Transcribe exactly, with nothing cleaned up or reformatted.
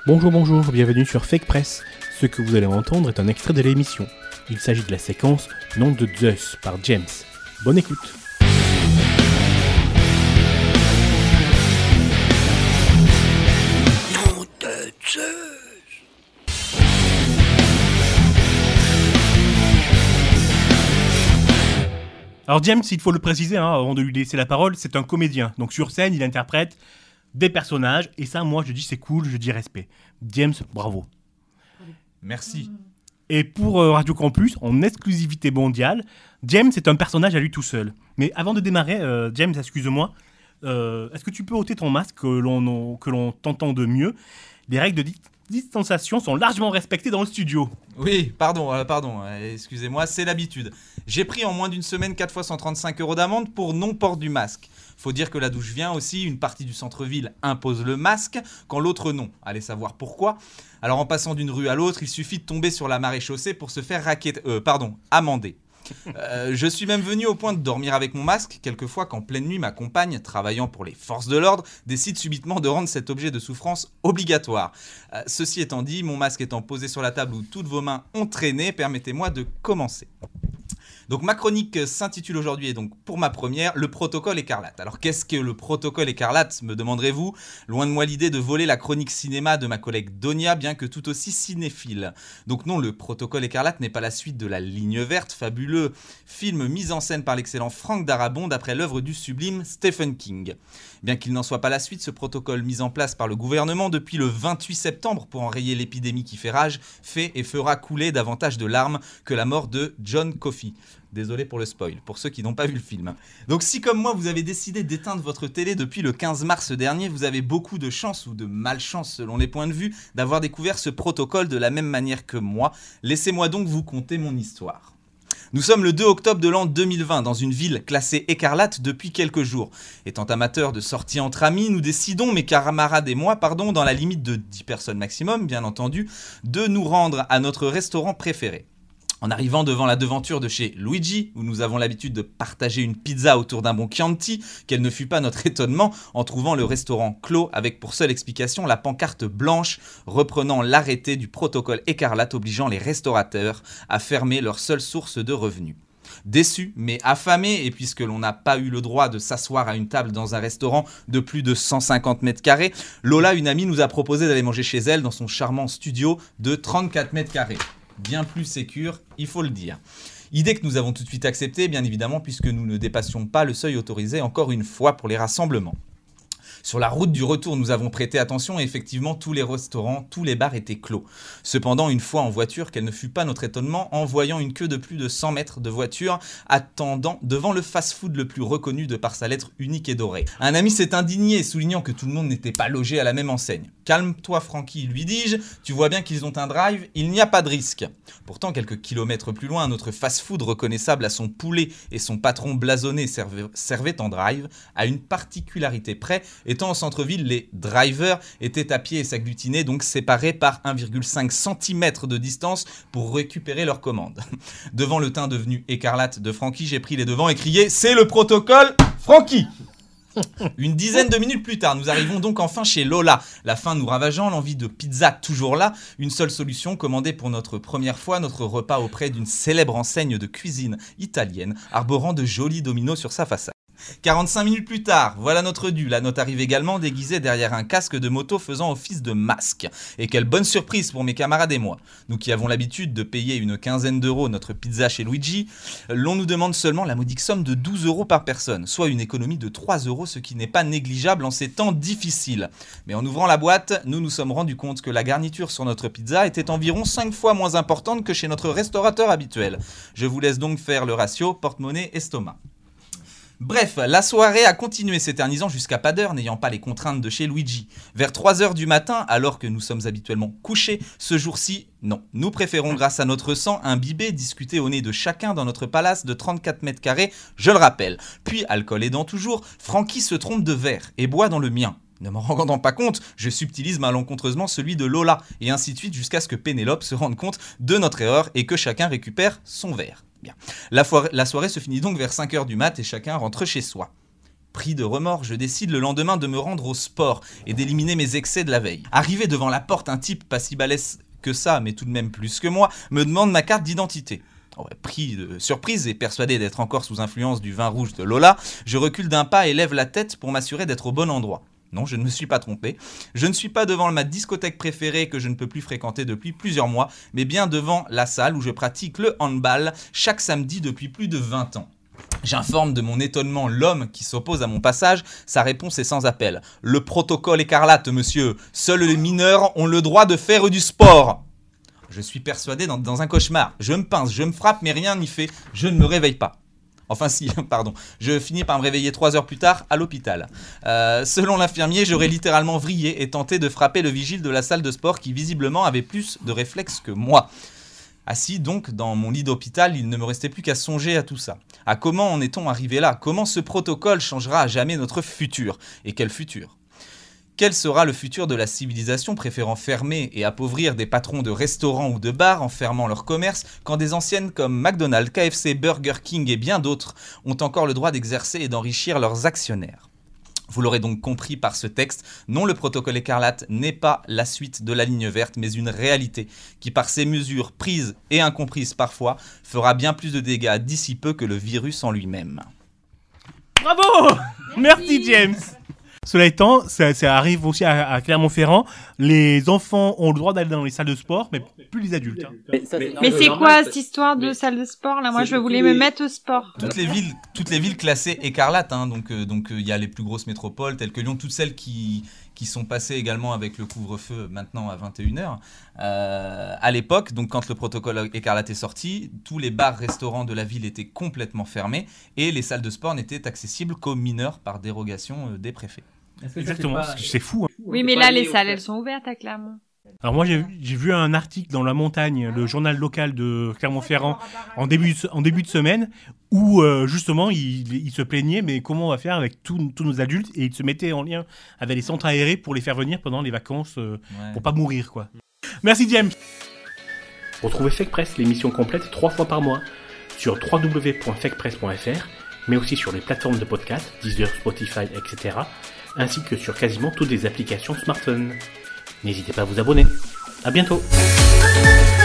Bonjour, bonjour, bienvenue sur Fake Press. Ce que vous allez entendre est un extrait de l'émission. Il s'agit de la séquence Nom de Zeus par James. Bonne écoute. Nom de Zeus. Alors James, il faut le préciser, hein, avant de lui laisser la parole, c'est un comédien. Donc sur scène, il interprète des personnages, et ça, moi, je dis c'est cool, je dis respect. James, bravo. Merci. Et pour euh, Radio Campus, en exclusivité mondiale, James est un personnage à lui tout seul. Mais avant de démarrer, euh, James, excuse-moi, euh, est-ce que tu peux ôter ton masque, que l'on, que l'on t'entende mieux? Les règles de di- distanciation sont largement respectées dans le studio. Oui, pardon, euh, pardon, euh, excusez-moi, c'est l'habitude. J'ai pris en moins d'une semaine quatre fois cent trente-cinq euros d'amende pour non-port du masque. Faut dire que là d'où je viens aussi, une partie du centre-ville impose le masque, quand l'autre non. Allez savoir pourquoi. Alors en passant d'une rue à l'autre, il suffit de tomber sur la maréchaussée pour se faire raqueter, euh, pardon, amender. Euh, je suis même venu au point de dormir avec mon masque, quelquefois qu'en pleine nuit ma compagne, travaillant pour les forces de l'ordre, décide subitement de rendre cet objet de souffrance obligatoire. Euh, ceci étant dit, mon masque étant posé sur la table où toutes vos mains ont traîné, permettez-moi de commencer. Donc ma chronique s'intitule aujourd'hui, et donc pour ma première, le protocole écarlate. Alors qu'est-ce que le protocole écarlate, me demanderez-vous? Loin de moi l'idée de voler la chronique cinéma de ma collègue Donia, bien que tout aussi cinéphile. Donc non, le protocole écarlate n'est pas la suite de La Ligne Verte, fabuleux film mis en scène par l'excellent Frank Darabont d'après l'œuvre du sublime Stephen King. Bien qu'il n'en soit pas la suite, ce protocole mis en place par le gouvernement depuis le vingt-huit septembre pour enrayer l'épidémie qui fait rage, fait et fera couler davantage de larmes que la mort de John Coffey. Désolé pour le spoil, pour ceux qui n'ont pas vu le film. Donc si comme moi vous avez décidé d'éteindre votre télé depuis le quinze mars dernier, vous avez beaucoup de chance ou de malchance selon les points de vue d'avoir découvert ce protocole de la même manière que moi. Laissez-moi donc vous conter mon histoire. Nous sommes le deux octobre de l'an deux mille vingt dans une ville classée écarlate depuis quelques jours. Étant amateurs de sorties entre amis, nous décidons, mes camarades et moi, pardon, dans la limite de dix personnes maximum, bien entendu, de nous rendre à notre restaurant préféré. En arrivant devant la devanture de chez Luigi, où nous avons l'habitude de partager une pizza autour d'un bon Chianti, quel ne fut pas notre étonnement en trouvant le restaurant clos avec pour seule explication la pancarte blanche reprenant l'arrêté du protocole écarlate obligeant les restaurateurs à fermer leur seule source de revenus. Déçus, mais affamés, et puisque l'on n'a pas eu le droit de s'asseoir à une table dans un restaurant de plus de cent cinquante mètres carrés, Lola, une amie, nous a proposé d'aller manger chez elle dans son charmant studio de trente-quatre mètres carrés. Bien plus sécure, il faut le dire. Idée que nous avons tout de suite acceptée, bien évidemment, puisque nous ne dépassions pas le seuil autorisé encore une fois pour les rassemblements. Sur la route du retour, nous avons prêté attention et effectivement, tous les restaurants, tous les bars étaient clos. Cependant, une fois en voiture, quel ne fut pas notre étonnement en voyant une queue de plus de cent mètres de voiture attendant devant le fast-food le plus reconnu de par sa lettre unique et dorée. Un ami s'est indigné, soulignant que tout le monde n'était pas logé à la même enseigne. « Calme-toi Francky, lui dis-je, tu vois bien qu'ils ont un drive, il n'y a pas de risque. » Pourtant, quelques kilomètres plus loin, notre fast-food reconnaissable à son poulet et son patron blasonné servait, servait en drive, à une particularité près. Étant en centre-ville, les drivers étaient à pied et s'agglutinaient, donc séparés par un virgule cinq centimètres de distance pour récupérer leur commande. Devant le teint devenu écarlate de Francky, j'ai pris les devants et crié « C'est le protocole Francky !» Une dizaine de minutes plus tard, nous arrivons donc enfin chez Lola. La faim nous ravageant, l'envie de pizza toujours là. Une seule solution, commander pour notre première fois notre repas auprès d'une célèbre enseigne de cuisine italienne, arborant de jolis dominos sur sa façade. quarante-cinq minutes plus tard, voilà notre dû. La note arrive également déguisée derrière un casque de moto faisant office de masque. Et quelle bonne surprise pour mes camarades et moi. Nous qui avons l'habitude de payer une quinzaine d'euros notre pizza chez Luigi, l'on nous demande seulement la modique somme de douze euros par personne, soit une économie de trois euros, ce qui n'est pas négligeable en ces temps difficiles. Mais en ouvrant la boîte, nous nous sommes rendus compte que la garniture sur notre pizza était environ cinq fois moins importante que chez notre restaurateur habituel. Je vous laisse donc faire le ratio porte-monnaie-estomac. Bref, la soirée a continué s'éternisant jusqu'à pas d'heure, n'ayant pas les contraintes de chez Luigi. Vers trois heures du matin, alors que nous sommes habituellement couchés, ce jour-ci, non. Nous préférons, grâce à notre sang, imbiber, discuter au nez de chacun dans notre palace de trente-quatre mètres carrés, je le rappelle. Puis, alcool aidant toujours, Francky se trompe de verre et boit dans le mien. Ne m'en rendant pas compte, je subtilise malencontreusement celui de Lola, et ainsi de suite jusqu'à ce que Pénélope se rende compte de notre erreur et que chacun récupère son verre. Bien. La, foire, la soirée se finit donc vers cinq heures du mat et chacun rentre chez soi. Pris de remords, je décide le lendemain de me rendre au sport et d'éliminer mes excès de la veille. Arrivé devant la porte, un type pas si balèze que ça, mais tout de même plus que moi, me demande ma carte d'identité. Oh ouais, pris de surprise et persuadé d'être encore sous influence du vin rouge de Lola, je recule d'un pas et lève la tête pour m'assurer d'être au bon endroit. Non, je ne me suis pas trompé. Je ne suis pas devant ma discothèque préférée que je ne peux plus fréquenter depuis plusieurs mois, mais bien devant la salle où je pratique le handball chaque samedi depuis plus de vingt ans. J'informe de mon étonnement l'homme qui s'oppose à mon passage. Sa réponse est sans appel. Le protocole écarlate, monsieur. Seuls les mineurs ont le droit de faire du sport. Je suis persuadé dans, dans un cauchemar. Je me pince, je me frappe, mais rien n'y fait. Je ne me réveille pas. Enfin si, pardon. Je finis par me réveiller trois heures plus tard à l'hôpital. Euh, selon l'infirmier, j'aurais littéralement vrillé et tenté de frapper le vigile de la salle de sport qui visiblement avait plus de réflexes que moi. Assis donc dans mon lit d'hôpital, il ne me restait plus qu'à songer à tout ça. À comment en est-on arrivé là? Comment ce protocole changera à jamais notre futur? Et quel futur? Quel sera le futur de la civilisation préférant fermer et appauvrir des patrons de restaurants ou de bars en fermant leur commerce quand des anciennes comme McDonald's, K F C, Burger King et bien d'autres ont encore le droit d'exercer et d'enrichir leurs actionnaires? Vous l'aurez donc compris par ce texte, non, le protocole écarlate n'est pas la suite de la ligne verte, mais une réalité qui, par ses mesures prises et incomprises parfois, fera bien plus de dégâts d'ici peu que le virus en lui-même. Bravo! Merci, James. Cela étant, ça, ça arrive aussi à, à Clermont-Ferrand. Les enfants ont le droit d'aller dans les salles de sport, mais plus les adultes. Hein. Mais, ça, c'est mais c'est quoi cette histoire de mais salle de sport là? Moi, je voulais me mettre au sport. Toutes les villes, toutes les villes classées écarlates, hein, donc il euh, donc, il euh, y a les plus grosses métropoles telles que Lyon, toutes celles qui, qui sont passées également avec le couvre-feu maintenant à vingt et une heures. Euh, à l'époque, donc quand le protocole écarlate est sorti, tous les bars, restaurants de la ville étaient complètement fermés et les salles de sport n'étaient accessibles qu'aux mineurs par dérogation euh, des préfets. Exactement, pas... c'est fou. Hein. Oui, mais là, les salles, elles sont ouvertes à Clermont. Alors moi, j'ai, j'ai vu un article dans La Montagne, le journal local de Clermont-Ferrand, en début de, en début de semaine, où euh, justement, il, il se plaignait, mais comment on va faire avec tous nos adultes? Et il se mettait en lien avec les centres aérés pour les faire venir pendant les vacances, euh, ouais. pour pas mourir, quoi. Merci, James. Retrouvez Fake Press, l'émission complète, trois fois par mois, sur w w w point fake press point f r, mais aussi sur les plateformes de podcast, Deezer, Spotify, et cetera, ainsi que sur quasiment toutes les applications smartphones. N'hésitez pas à vous abonner. À bientôt.